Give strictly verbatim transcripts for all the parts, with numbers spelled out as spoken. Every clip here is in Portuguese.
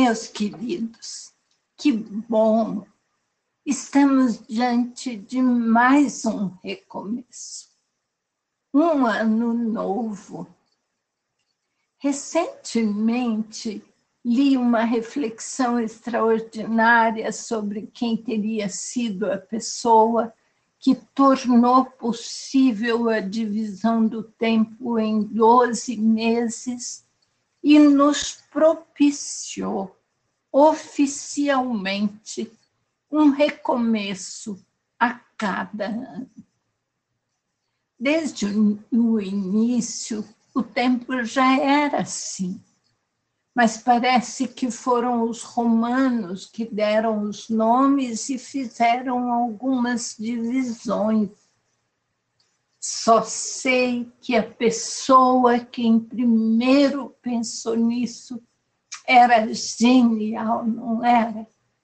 Meus queridos, que bom! Estamos diante de mais um recomeço, um ano novo. Recentemente, li uma reflexão extraordinária sobre quem teria sido a pessoa que tornou possível a divisão do tempo em doze meses e nos propiciou oficialmente um recomeço a cada ano. Desde o início, o tempo já era assim, mas parece que foram os romanos que deram os nomes e fizeram algumas divisões. Só sei que a pessoa que em primeiro pensou nisso era genial, não era?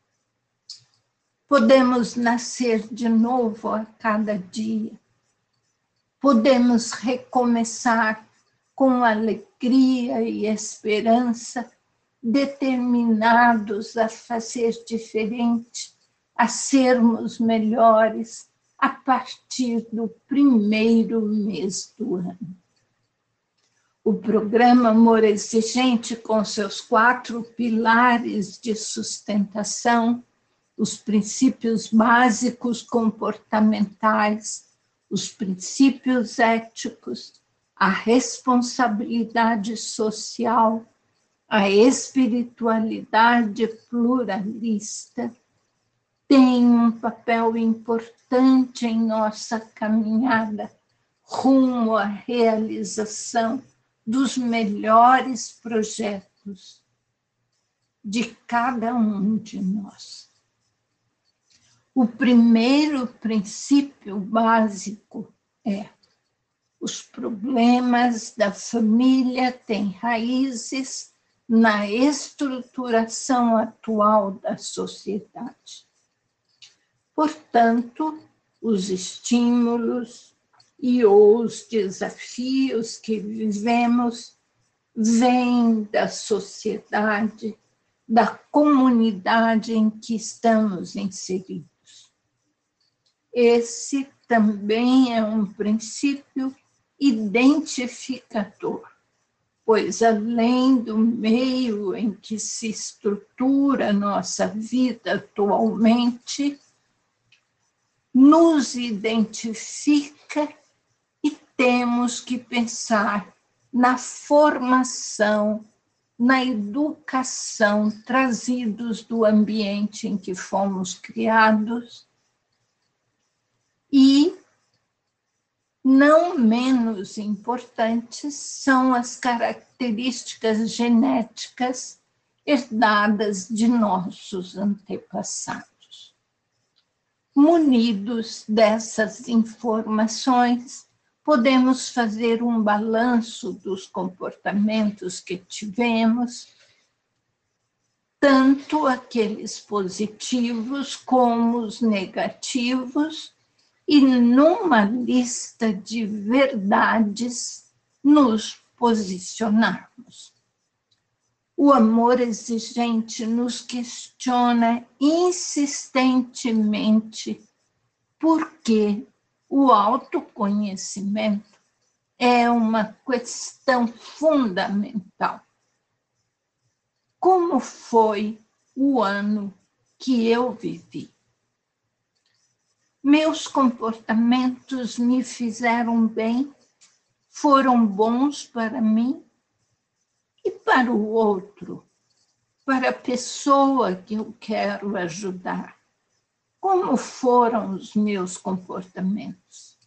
Podemos nascer de novo a cada dia. Podemos recomeçar com alegria e esperança, determinados a fazer diferente, a sermos melhores a partir do primeiro mês do ano. O programa Amor Exigente, com seus quatro pilares de sustentação, os princípios básicos comportamentais, os princípios éticos, a responsabilidade social, a espiritualidade pluralista, tem um papel importante em nossa caminhada rumo à realização dos melhores projetos de cada um de nós. O primeiro princípio básico é: os problemas da família têm raízes na estruturação atual da sociedade. Portanto, os estímulos e os desafios que vivemos vêm da sociedade, da comunidade em que estamos inseridos. Esse também é um princípio identificador, pois além do meio em que se estrutura nossa vida atualmente, nos identifica e temos que pensar na formação, na educação trazidos do ambiente em que fomos criados e, não menos importantes, são as características genéticas herdadas de nossos antepassados. Munidos dessas informações, podemos fazer um balanço dos comportamentos que tivemos, tanto aqueles positivos como os negativos, e numa lista de verdades nos posicionarmos. O amor exigente nos questiona insistentemente por que o autoconhecimento é uma questão fundamental. Como foi o ano que eu vivi? Meus comportamentos me fizeram bem, foram bons para mim e para o outro, para a pessoa que eu quero ajudar. Como foram os meus comportamentos?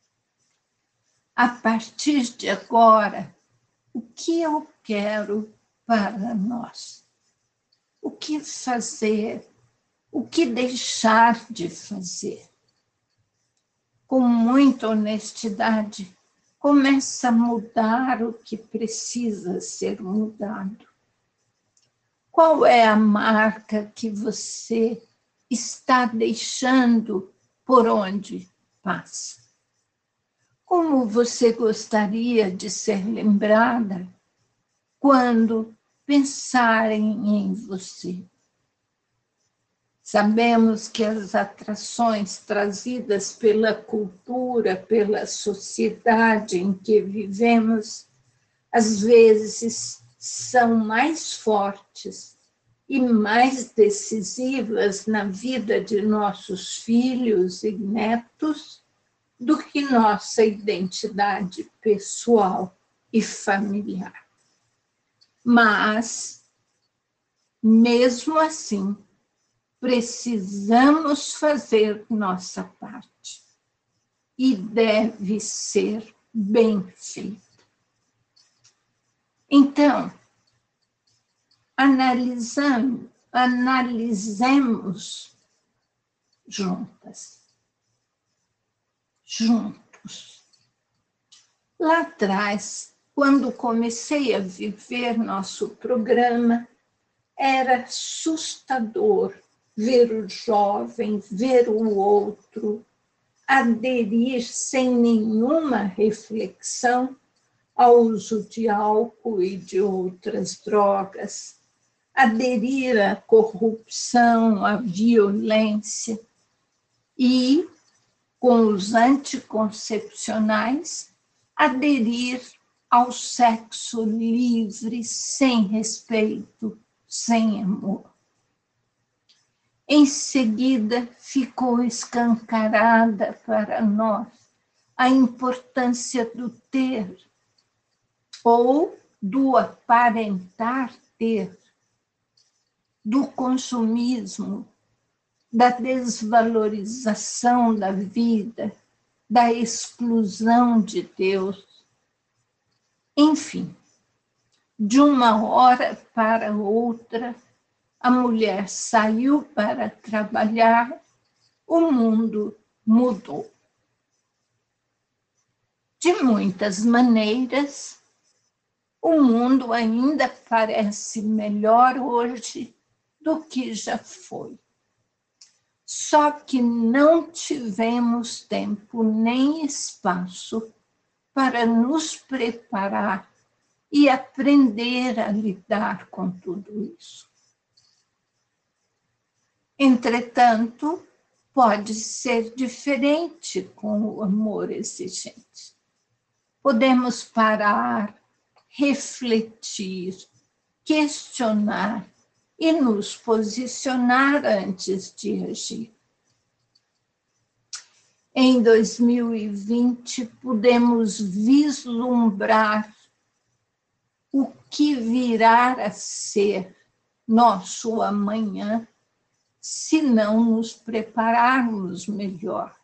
A partir de agora, o que eu quero para nós? O que fazer? O que deixar de fazer? Com muita honestidade, começa a mudar o que precisa ser mudado. Qual é a marca que você está deixando por onde passa? Como você gostaria de ser lembrada quando pensarem em você. Sabemos que as atrações trazidas pela cultura, pela sociedade em que vivemos, às vezes são mais fortes e mais decisivas na vida de nossos filhos e netos do que nossa identidade pessoal e familiar. Mas, mesmo assim, precisamos fazer nossa parte e deve ser bem feita. Então, analisamos, analisemos juntas, juntos. Lá atrás, quando comecei a viver nosso programa, era assustador ver o jovem, ver o outro, aderir sem nenhuma reflexão ao uso de álcool e de outras drogas, aderir à corrupção, à violência e, com os anticoncepcionais, aderir ao sexo livre, sem respeito, sem amor. Em seguida, ficou escancarada para nós a importância do ter, ou do aparentar ter, do consumismo, da desvalorização da vida, da exclusão de Deus. Enfim, de uma hora para outra, a mulher saiu para trabalhar, o mundo mudou. De muitas maneiras, o mundo ainda parece melhor hoje do que já foi. Só que não tivemos tempo nem espaço para nos preparar e aprender a lidar com tudo isso. Entretanto, pode ser diferente com o amor exigente. Podemos parar, refletir, questionar e nos posicionar antes de agir. Em dois mil e vinte, pudemos vislumbrar o que virá a ser nosso amanhã, se não nos prepararmos melhor.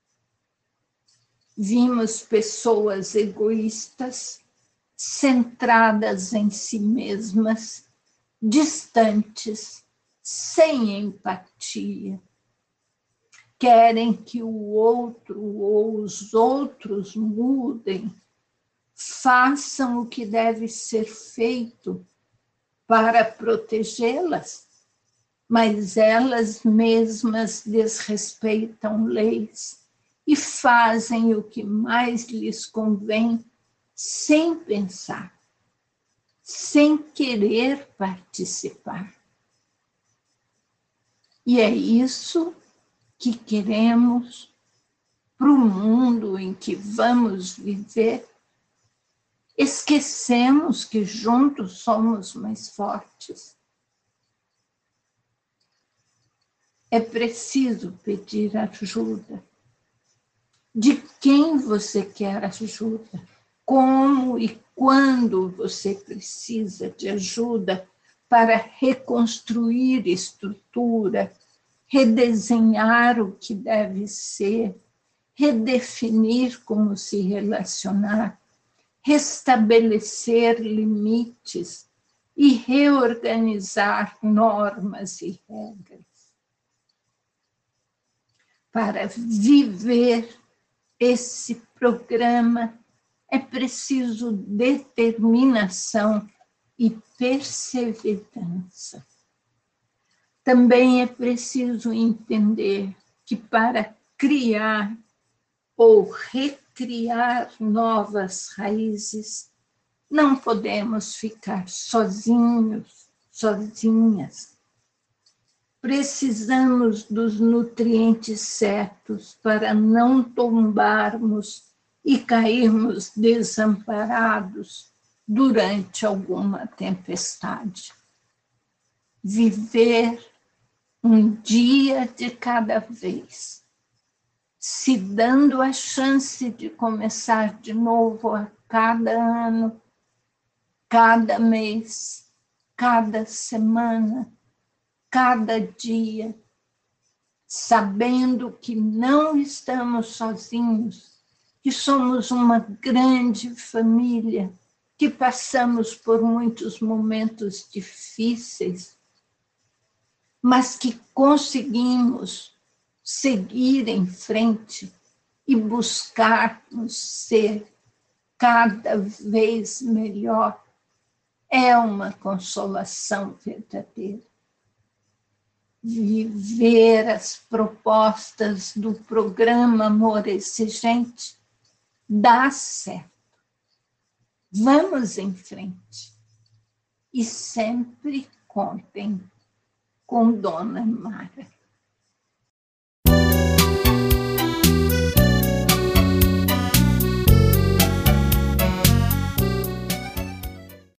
Vimos pessoas egoístas, centradas em si mesmas, distantes, sem empatia. Querem que o outro ou os outros mudem, façam o que deve ser feito para protegê-las, mas elas mesmas desrespeitam leis e fazem o que mais lhes convém, sem pensar, sem querer participar. E é isso que queremos para o mundo em que vamos viver. Esquecemos que juntos somos mais fortes. É preciso pedir ajuda. De quem você quer ajuda? Como e quando você precisa de ajuda para reconstruir estrutura, redesenhar o que deve ser, redefinir como se relacionar, restabelecer limites e reorganizar normas e regras. Para viver esse programa é preciso determinação e perseverança. Também é preciso entender que para criar ou recriar novas raízes, Não podemos ficar sozinhos, sozinhas. Precisamos dos nutrientes certos para não tombarmos e cairmos desamparados durante alguma tempestade. Viver um dia de cada vez, se dando a chance de começar de novo a cada ano, cada mês, cada semana, cada dia, sabendo que não estamos sozinhos, que somos uma grande família, que passamos por muitos momentos difíceis, mas que conseguimos seguir em frente e buscarmos ser cada vez melhor, é uma consolação verdadeira. Viver as propostas do programa Amor Exigente dá certo. Vamos em frente. E sempre contem com Dona Mara.